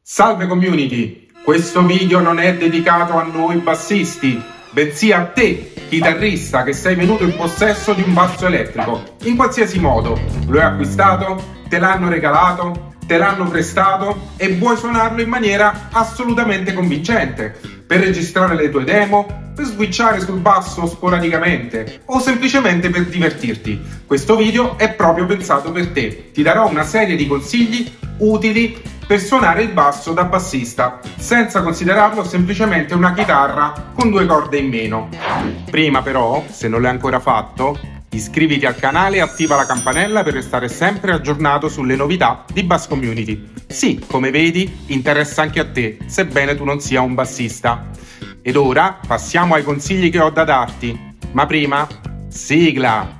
Salve community! Questo video non è dedicato a noi bassisti, bensì a te, chitarrista, che sei venuto in possesso di un basso elettrico, in qualsiasi modo. Lo hai acquistato? Te l'hanno regalato? Te l'hanno prestato? E vuoi suonarlo in maniera assolutamente convincente? Per registrare le tue demo? Per switchare sul basso sporadicamente? O semplicemente per divertirti? Questo video è proprio pensato per te. Ti darò una serie di consigli utili per suonare il basso da bassista, senza considerarlo semplicemente una chitarra con due corde in meno. Prima però, se non l'hai ancora fatto, iscriviti al canale e attiva la campanella per restare sempre aggiornato sulle novità di Bass Community. Sì, come vedi, interessa anche a te, sebbene tu non sia un bassista. Ed ora passiamo ai consigli che ho da darti. Ma prima, sigla!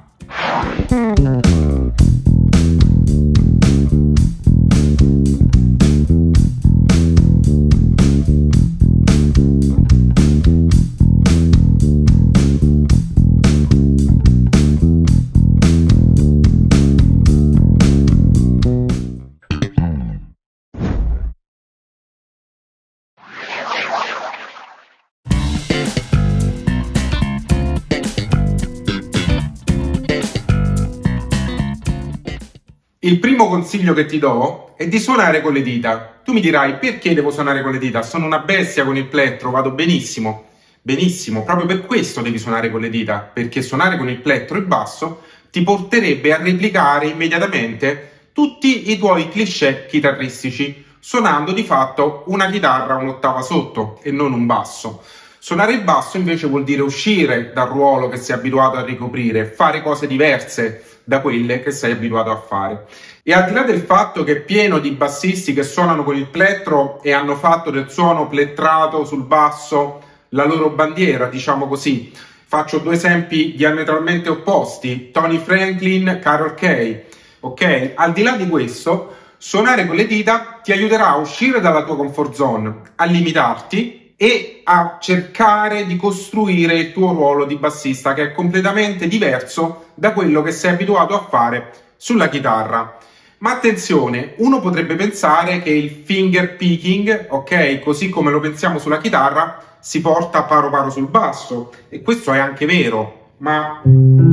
Il primo consiglio che ti do è di suonare con le dita. Tu mi dirai, perché devo suonare con le dita? Sono una bestia con il plettro, vado benissimo. Benissimo, proprio per questo devi suonare con le dita, perché suonare con il plettro il basso ti porterebbe a replicare immediatamente tutti i tuoi cliché chitarristici, suonando di fatto una chitarra un'ottava sotto e non un basso. Suonare il basso invece vuol dire uscire dal ruolo che sei abituato a ricoprire, fare cose diverse da quelle che sei abituato a fare. E al di là del fatto che è pieno di bassisti che suonano con il plettro e hanno fatto del suono plettrato sul basso la loro bandiera, diciamo così, faccio due esempi diametralmente opposti: Tony Franklin, Carol Kaye. Ok? Al di là di questo, suonare con le dita ti aiuterà a uscire dalla tua comfort zone, a limitarti e a cercare di costruire il tuo ruolo di bassista, che è completamente diverso da quello che sei abituato a fare sulla chitarra. Ma attenzione, uno potrebbe pensare che il finger picking, ok, così come lo pensiamo sulla chitarra, si porta paro paro sul basso, e questo è anche vero, ma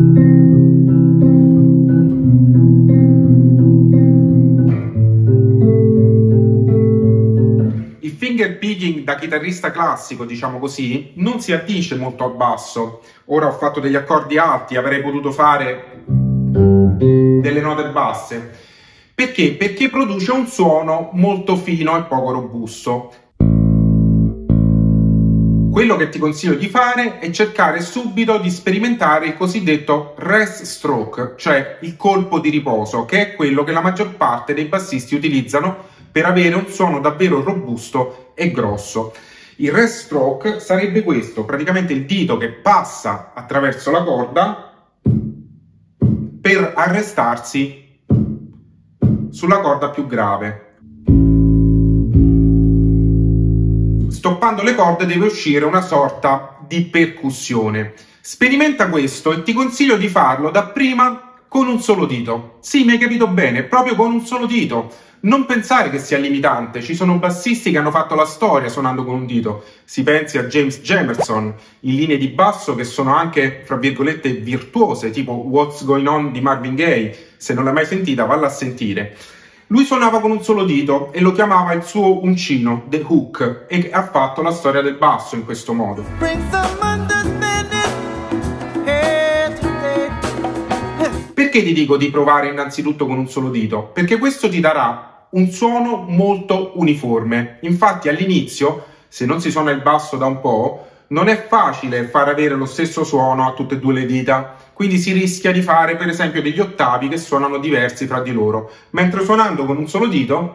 finger picking da chitarrista classico, diciamo così, non si addice molto al basso. Ora ho fatto degli accordi alti, avrei potuto fare delle note basse. Perché? Perché produce un suono molto fino e poco robusto. Quello che ti consiglio di fare è cercare subito di sperimentare il cosiddetto rest stroke, cioè il colpo di riposo, che è quello che la maggior parte dei bassisti utilizzano per avere un suono davvero robusto e grosso. Il rest stroke sarebbe questo, praticamente il dito che passa attraverso la corda per arrestarsi sulla corda più grave. Stoppando le corde deve uscire una sorta di percussione. Sperimenta questo e ti consiglio di farlo dapprima con un solo dito. Sì, mi hai capito bene, proprio con un solo dito. Non pensare che sia limitante, ci sono bassisti che hanno fatto la storia suonando con un dito. Si pensi a James Jamerson, in linee di basso che sono anche, fra virgolette, virtuose, tipo What's Going On di Marvin Gaye. Se non l'hai mai sentita, valla a sentire. Lui suonava con un solo dito e lo chiamava il suo uncino, The Hook, e ha fatto la storia del basso in questo modo. Perché ti dico di provare innanzitutto con un solo dito? Perché questo ti darà un suono molto uniforme. Infatti all'inizio, se non si suona il basso da un po', non è facile far avere lo stesso suono a tutte e due le dita, quindi si rischia di fare per esempio degli ottavi che suonano diversi fra di loro, mentre suonando con un solo dito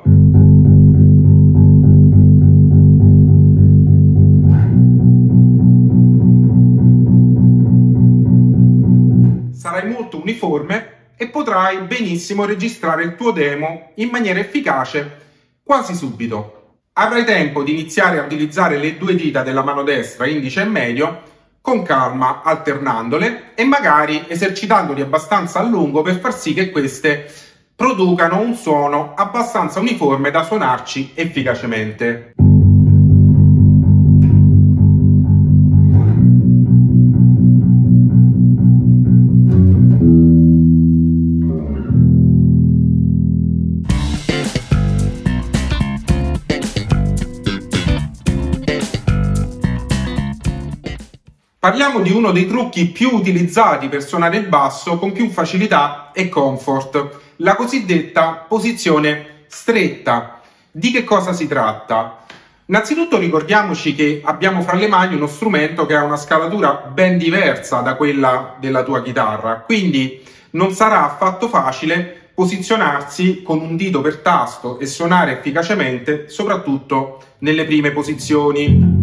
sarai molto uniforme e potrai benissimo registrare il tuo demo in maniera efficace quasi subito. Avrai tempo di iniziare a utilizzare le due dita della mano destra, indice e medio, con calma, alternandole e magari esercitandoli abbastanza a lungo per far sì che queste producano un suono abbastanza uniforme da suonarci efficacemente. Parliamo di uno dei trucchi più utilizzati per suonare il basso con più facilità e comfort, la cosiddetta posizione stretta. Di che cosa si tratta? Innanzitutto ricordiamoci che abbiamo fra le mani uno strumento che ha una scalatura ben diversa da quella della tua chitarra, quindi non sarà affatto facile posizionarsi con un dito per tasto e suonare efficacemente, soprattutto nelle prime posizioni.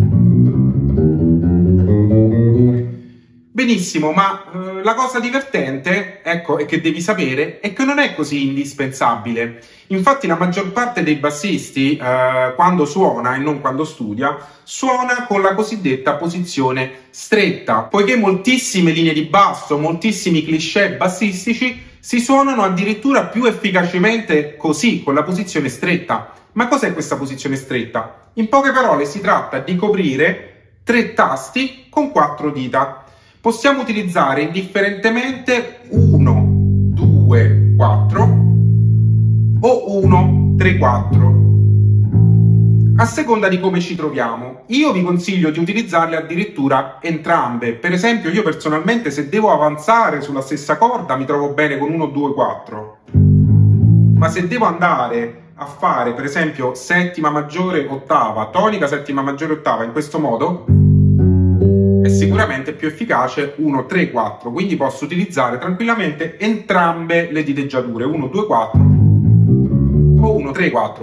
Benissimo, ma la cosa divertente, ecco, e che devi sapere, è che non è così indispensabile. Infatti la maggior parte dei bassisti, quando suona e non quando studia, suona con la cosiddetta posizione stretta, poiché moltissime linee di basso, moltissimi cliché bassistici si suonano addirittura più efficacemente così, con la posizione stretta. Ma cos'è questa posizione stretta? In poche parole si tratta di coprire 3 tasti con 4 dita. Possiamo utilizzare indifferentemente 1, 2, 4 o 1, 3, 4, a seconda di come ci troviamo. Io vi consiglio di utilizzarle addirittura entrambe. Per esempio, io personalmente, se devo avanzare sulla stessa corda, mi trovo bene con 1, 2, 4. Ma se devo andare a fare, per esempio, settima maggiore, ottava, tonica, settima maggiore, ottava, in questo modo, è sicuramente più efficace 1, 3, 4, quindi posso utilizzare tranquillamente entrambe le diteggiature, 1, 2, 4 o 1, 3, 4.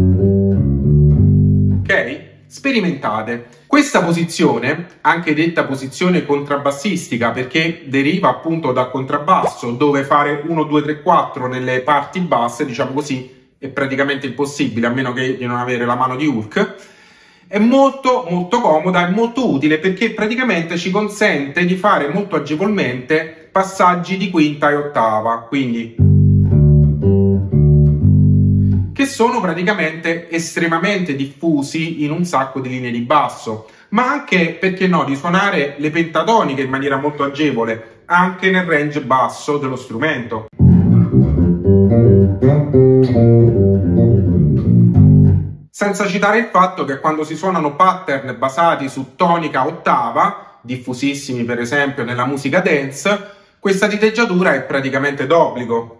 Ok? Sperimentate. Questa posizione, anche detta posizione contrabbassistica, perché deriva appunto dal contrabbasso, dove fare 1, 2, 3, 4 nelle parti basse, diciamo così, è praticamente impossibile, a meno che di non avere la mano di Hulk. È molto comoda e molto utile perché praticamente ci consente di fare molto agevolmente passaggi di quinta e ottava, quindi che sono praticamente estremamente diffusi in un sacco di linee di basso, ma anche, perché no, di suonare le pentatoniche in maniera molto agevole anche nel range basso dello strumento. Senza citare il fatto che quando si suonano pattern basati su tonica ottava, diffusissimi per esempio nella musica dance, questa diteggiatura è praticamente d'obbligo.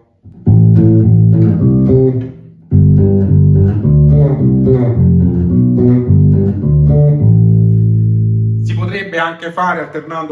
Si potrebbe anche fare alternando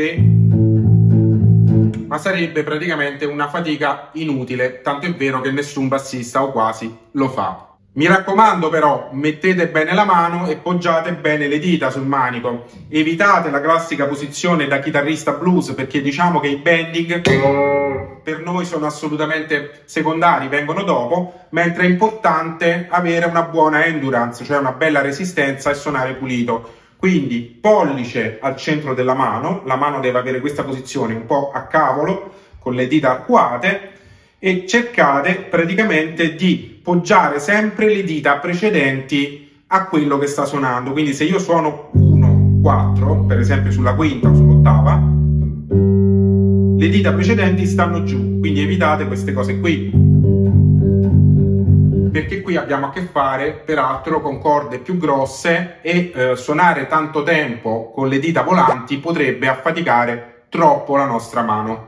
1-3, ma sarebbe praticamente una fatica inutile, tanto è vero che nessun bassista o quasi lo fa. Mi raccomando però, mettete bene la mano e poggiate bene le dita sul manico. Evitate la classica posizione da chitarrista blues, perché diciamo che i bending per noi sono assolutamente secondari, vengono dopo, mentre è importante avere una buona endurance, cioè una bella resistenza e suonare pulito. Quindi pollice al centro della mano, la mano deve avere questa posizione un po' a cavolo, con le dita arcuate, e cercate praticamente di poggiare sempre le dita precedenti a quello che sta suonando. Quindi se io suono 1, 4, per esempio sulla quinta o sull'ottava, le dita precedenti stanno giù, quindi evitate queste cose qui, perché qui abbiamo a che fare peraltro con corde più grosse e suonare tanto tempo con le dita volanti potrebbe affaticare troppo la nostra mano.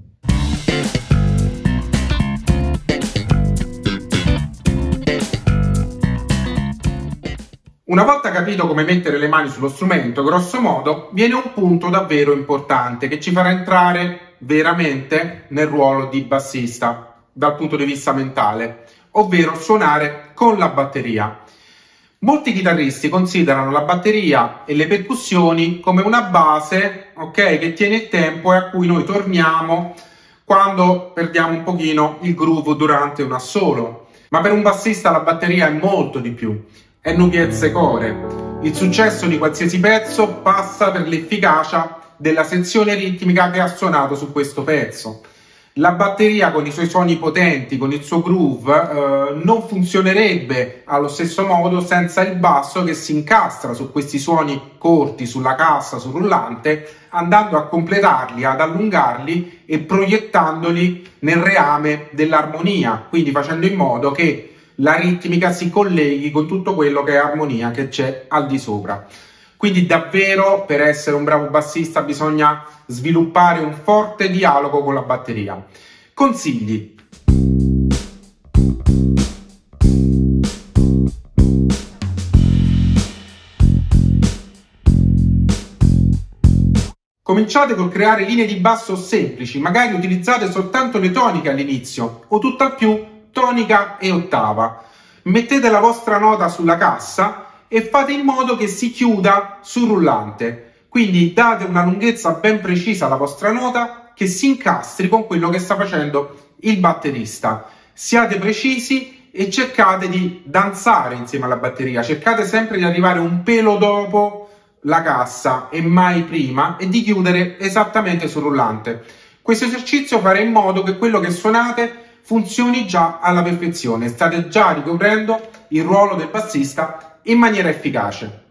Una volta capito come mettere le mani sullo strumento, grosso modo, viene un punto davvero importante che ci farà entrare veramente nel ruolo di bassista dal punto di vista mentale, ovvero suonare con la batteria. Molti chitarristi considerano la batteria e le percussioni come una base, ok, che tiene il tempo e a cui noi torniamo quando perdiamo un pochino il groove durante un assolo. Ma per un bassista la batteria è molto di più. È nubiezze core. Il successo di qualsiasi pezzo passa per l'efficacia della sezione ritmica che ha suonato su questo pezzo. La batteria con i suoi suoni potenti, con il suo groove, non funzionerebbe allo stesso modo senza il basso che si incastra su questi suoni corti, sulla cassa, sul rullante, andando a completarli, ad allungarli e proiettandoli nel reame dell'armonia, quindi facendo in modo che la ritmica si colleghi con tutto quello che è armonia che c'è al di sopra. Quindi davvero per essere un bravo bassista bisogna sviluppare un forte dialogo con la batteria. Consigli. Cominciate col creare linee di basso semplici, magari utilizzate soltanto le toniche all'inizio o tutt'al più tonica e ottava. Mettete la vostra nota sulla cassa e fate in modo che si chiuda sul rullante. Quindi date una lunghezza ben precisa alla vostra nota che si incastri con quello che sta facendo il batterista. Siate precisi e cercate di danzare insieme alla batteria. Cercate sempre di arrivare un pelo dopo la cassa e mai prima e di chiudere esattamente sul rullante. Questo esercizio farà in modo che quello che suonate funzioni già alla perfezione. State già ricoprendo il ruolo del bassista in maniera efficace.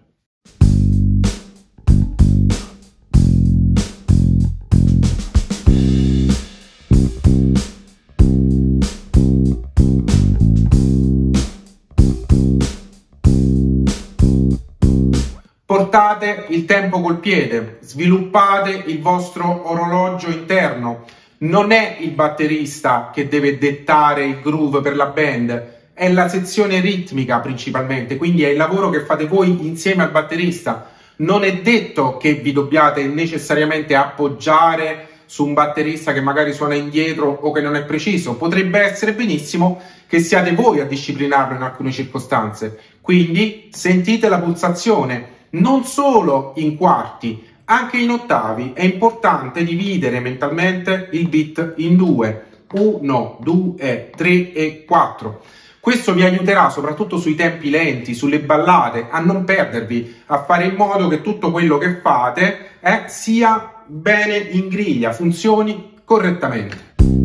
Portate il tempo col piede, sviluppate il vostro orologio interno. Non è il batterista che deve dettare il groove per la band, è la sezione ritmica principalmente, quindi è il lavoro che fate voi insieme al batterista. Non è detto che vi dobbiate necessariamente appoggiare su un batterista che magari suona indietro o che non è preciso. Potrebbe essere benissimo che siate voi a disciplinarlo in alcune circostanze. Quindi sentite la pulsazione, non solo in quarti, anche in ottavi. È importante dividere mentalmente il beat in due, 1, 2, 3 e 4. Questo vi aiuterà soprattutto sui tempi lenti, sulle ballate, a non perdervi, a fare in modo che tutto quello che fate sia bene in griglia, funzioni correttamente.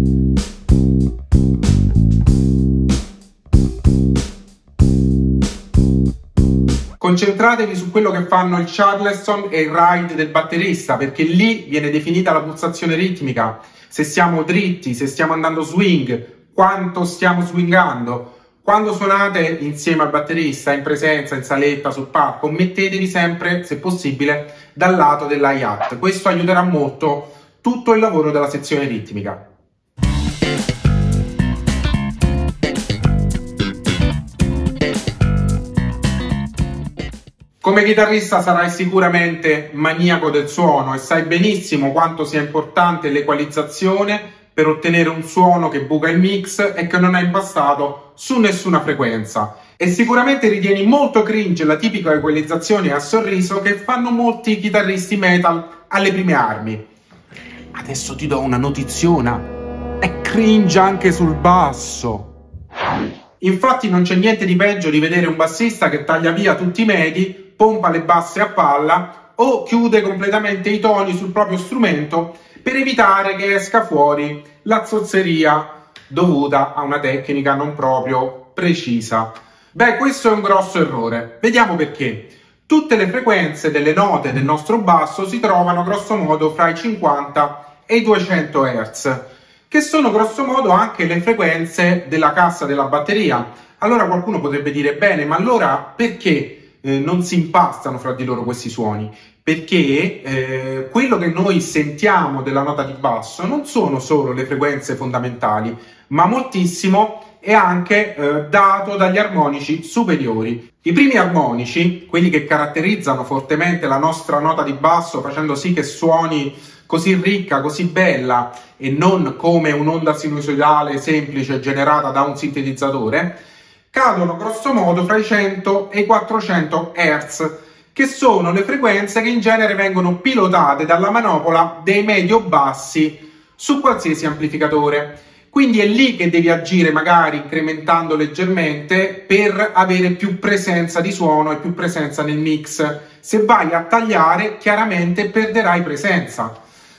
Concentratevi su quello che fanno il charleston e il ride del batterista, perché lì viene definita la pulsazione ritmica. Se siamo dritti, se stiamo andando swing, quanto stiamo swingando. Quando suonate insieme al batterista, in presenza, in saletta, sul palco, mettetevi sempre, se possibile, dal lato dell'hi-hat. Questo aiuterà molto tutto il lavoro della sezione ritmica. Come chitarrista sarai sicuramente maniaco del suono e sai benissimo quanto sia importante l'equalizzazione per ottenere un suono che buca il mix e che non è impastato su nessuna frequenza. E sicuramente ritieni molto cringe la tipica equalizzazione a sorriso che fanno molti chitarristi metal alle prime armi. Adesso ti do una notiziona: è cringe anche sul basso. Infatti non c'è niente di peggio di vedere un bassista che taglia via tutti i medi, pompa le basse a palla o chiude completamente i toni sul proprio strumento per evitare che esca fuori la zozzeria dovuta a una tecnica non proprio precisa. Beh, questo è un grosso errore. Vediamo perché. Tutte le frequenze delle note del nostro basso si trovano grosso modo fra i 50 e i 200 Hz, che sono grosso modo anche le frequenze della cassa della batteria. Allora qualcuno potrebbe dire, bene, ma allora perché non si impastano fra di loro questi suoni? Perché quello che noi sentiamo della nota di basso non sono solo le frequenze fondamentali, ma moltissimo è anche dato dagli armonici superiori. I primi armonici, quelli che caratterizzano fortemente la nostra nota di basso, facendo sì che suoni così ricca, così bella e non come un'onda sinusoidale semplice generata da un sintetizzatore, cadono grosso modo fra i 100 e i 400 Hz, che sono le frequenze che in genere vengono pilotate dalla manopola dei medio-bassi su qualsiasi amplificatore. Quindi è lì che devi agire, magari incrementando leggermente, per avere più presenza di suono e più presenza nel mix. Se vai a tagliare, chiaramente perderai presenza.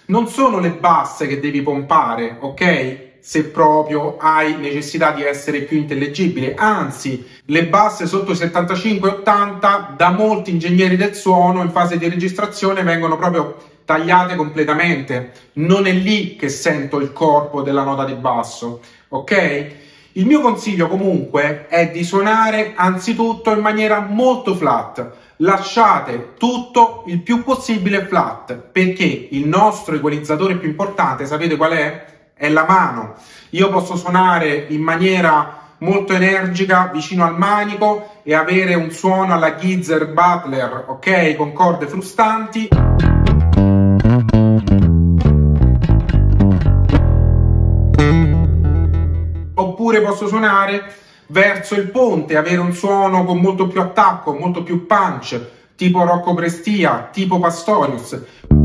Non sono le basse che devi pompare, ok? Se proprio hai necessità di essere più intellegibile, anzi, le basse sotto i 75-80 da molti ingegneri del suono in fase di registrazione vengono proprio tagliate completamente. Non è lì che sento il corpo della nota di basso, ok? Il mio consiglio comunque è di suonare anzitutto in maniera molto flat. Lasciate tutto il più possibile flat, perché il nostro equalizzatore più importante, sapete qual è? È la mano. Io posso suonare in maniera molto energica vicino al manico e avere un suono alla Geezer Butler, ok? Con corde frustanti. Oppure posso suonare verso il ponte, avere un suono con molto più attacco, molto più punch, tipo Rocco Prestia, tipo Pastorius.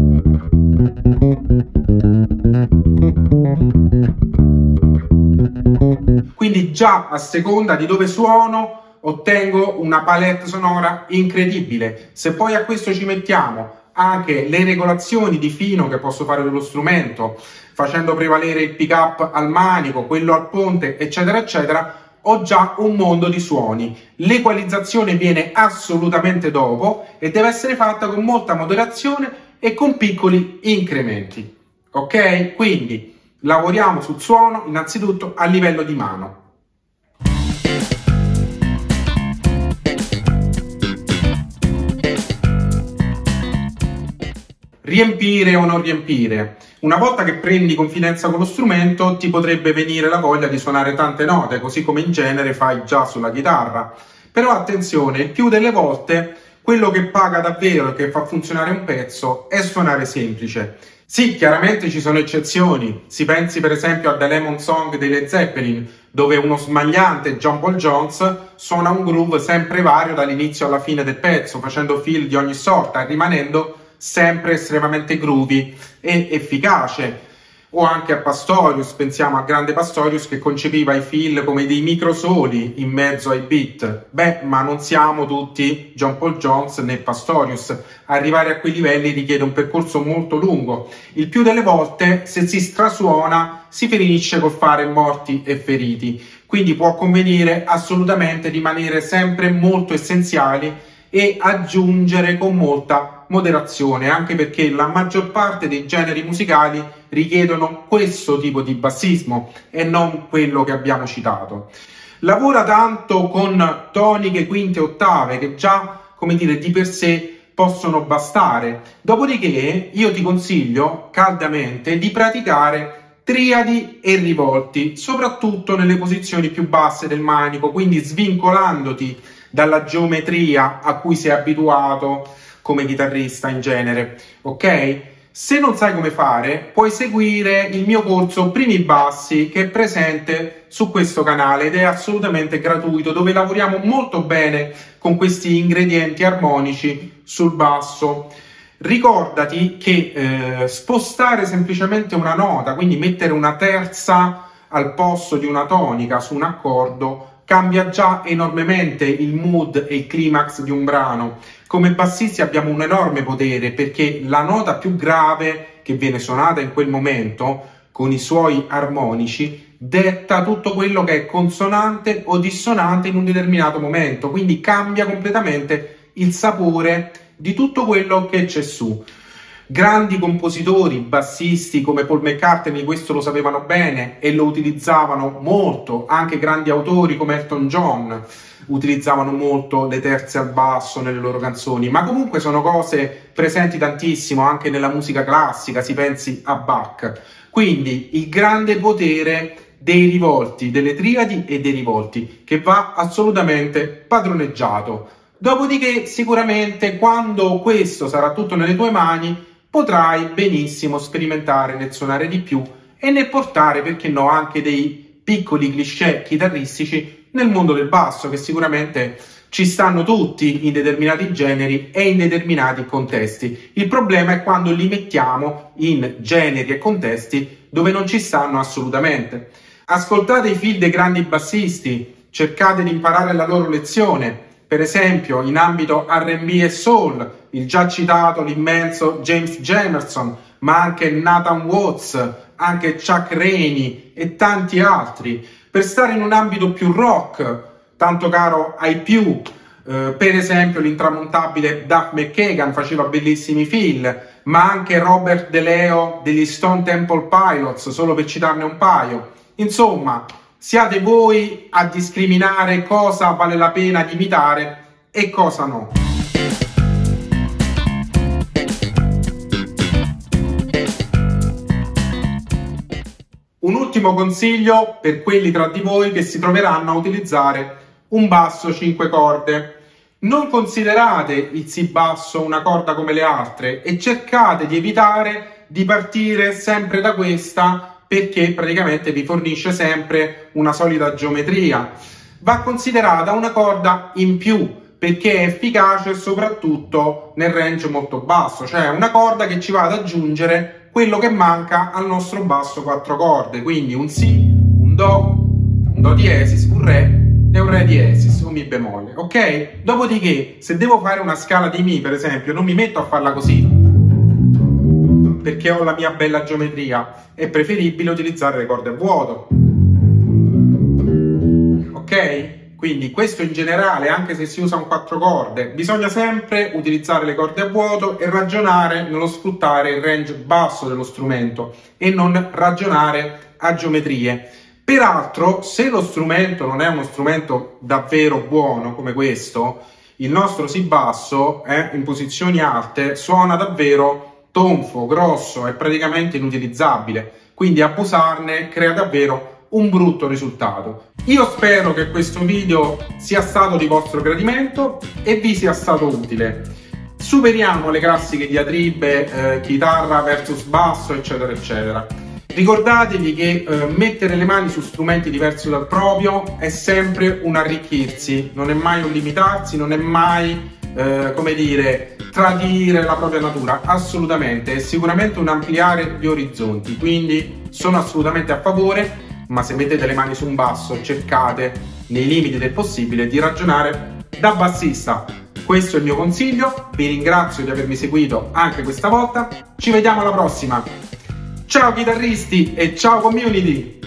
Quindi già a seconda di dove suono ottengo una palette sonora incredibile. Se poi a questo ci mettiamo anche le regolazioni di fino che posso fare dello strumento, facendo prevalere il pick up al manico, quello al ponte, eccetera eccetera, ho già un mondo di suoni. L'equalizzazione viene assolutamente dopo e deve essere fatta con molta moderazione e con piccoli incrementi, ok? Quindi lavoriamo sul suono innanzitutto a livello di mano. Riempire o non riempire? Una volta che prendi confidenza con lo strumento ti potrebbe venire la voglia di suonare tante note, così come in genere fai già sulla chitarra. Però attenzione, il più delle volte quello che paga davvero e che fa funzionare un pezzo è suonare semplice. Sì, chiaramente ci sono eccezioni. Si pensi per esempio a The Lemon Song dei Led Zeppelin, dove uno smagliante John Paul Jones suona un groove sempre vario dall'inizio alla fine del pezzo, facendo fill di ogni sorta e rimanendo sempre estremamente groovy e efficace. O anche a Pastorius, pensiamo a grande Pastorius che concepiva i fill come dei microsoli in mezzo ai beat. Beh, ma non siamo tutti John Paul Jones né Pastorius. Arrivare a quei livelli richiede un percorso molto lungo. Il più delle volte, se si strasuona, si finisce col fare morti e feriti. Quindi può convenire assolutamente rimanere sempre molto essenziali e aggiungere con molta moderazione, anche perché la maggior parte dei generi musicali richiedono questo tipo di bassismo e non quello che abbiamo citato. Lavora tanto con toniche, quinte e ottave che già, come dire, di per sé possono bastare. Dopodiché io ti consiglio caldamente di praticare triadi e rivolti, soprattutto nelle posizioni più basse del manico, quindi svincolandoti dalla geometria a cui sei abituato come chitarrista in genere, ok? Se non sai come fare, puoi seguire il mio corso Primi Bassi che è presente su questo canale ed è assolutamente gratuito, dove lavoriamo molto bene con questi ingredienti armonici sul basso. Ricordati che spostare semplicemente una nota, quindi mettere una terza al posto di una tonica su un accordo, cambia già enormemente il mood e il climax di un brano. Come bassisti abbiamo un enorme potere perché la nota più grave che viene suonata in quel momento, con i suoi armonici, detta tutto quello che è consonante o dissonante in un determinato momento, quindi cambia completamente il sapore di tutto quello che c'è su. Grandi compositori, bassisti come Paul McCartney questo lo sapevano bene e lo utilizzavano molto, anche grandi autori come Elton John utilizzavano molto le terze al basso nelle loro canzoni, ma comunque sono cose presenti tantissimo anche nella musica classica, si pensi a Bach. Quindi il grande potere dei rivolti, delle triadi e dei rivolti, che va assolutamente padroneggiato. Dopodiché sicuramente quando questo sarà tutto nelle tue mani potrai benissimo sperimentare nel suonare di più e nel portare, perché no, anche dei piccoli cliché chitarristici nel mondo del basso, che sicuramente ci stanno tutti in determinati generi e in determinati contesti. Il problema è quando li mettiamo in generi e contesti dove non ci stanno assolutamente. Ascoltate i film dei grandi bassisti, cercate di imparare la loro lezione, per esempio in ambito R&B e soul, il già citato l'immenso James Jamerson, ma anche Nathan Watts, anche Chuck Rainey e tanti altri. Per stare in un ambito più rock, tanto caro ai più, per esempio l'intramontabile Duff McKagan faceva bellissimi film, ma anche Robert De Leo degli Stone Temple Pilots, solo per citarne un paio. Insomma, siate voi a discriminare cosa vale la pena di imitare e cosa no. Un ultimo consiglio per quelli tra di voi che si troveranno a utilizzare un basso 5 corde. Non considerate il Si basso una corda come le altre e cercate di evitare di partire sempre da questa, perché praticamente vi fornisce sempre una solida geometria. Va considerata una corda in più perché è efficace soprattutto nel range molto basso, cioè una corda che ci va ad aggiungere quello che manca al nostro basso 4 corde, quindi un Si, un Do diesis, un Re e un Re diesis o Mi bemolle, ok? Dopodiché, se devo fare una scala di Mi, per esempio, non mi metto a farla così, perché ho la mia bella geometria. È preferibile utilizzare le corde a vuoto, ok? Quindi questo in generale, anche se si usa un 4 corde, bisogna sempre utilizzare le corde a vuoto e ragionare nello sfruttare il range basso dello strumento e non ragionare a geometrie. Peraltro, se lo strumento non è uno strumento davvero buono come questo, il nostro Si basso in posizioni alte suona davvero tonfo, grosso, è praticamente inutilizzabile, quindi abusarne crea davvero un brutto risultato. Io spero che questo video sia stato di vostro gradimento e vi sia stato utile. Superiamo le classiche diatribe, chitarra versus basso, eccetera, eccetera. Ricordatevi che mettere le mani su strumenti diversi dal proprio è sempre un arricchirsi, non è mai un limitarsi, non è mai, come dire, tradire la propria natura, assolutamente, è sicuramente un ampliare gli orizzonti, quindi sono assolutamente a favore, ma se mettete le mani su un basso cercate, nei limiti del possibile, di ragionare da bassista. Questo è il mio consiglio, vi ringrazio di avermi seguito anche questa volta, ci vediamo alla prossima! Ciao chitarristi e ciao community!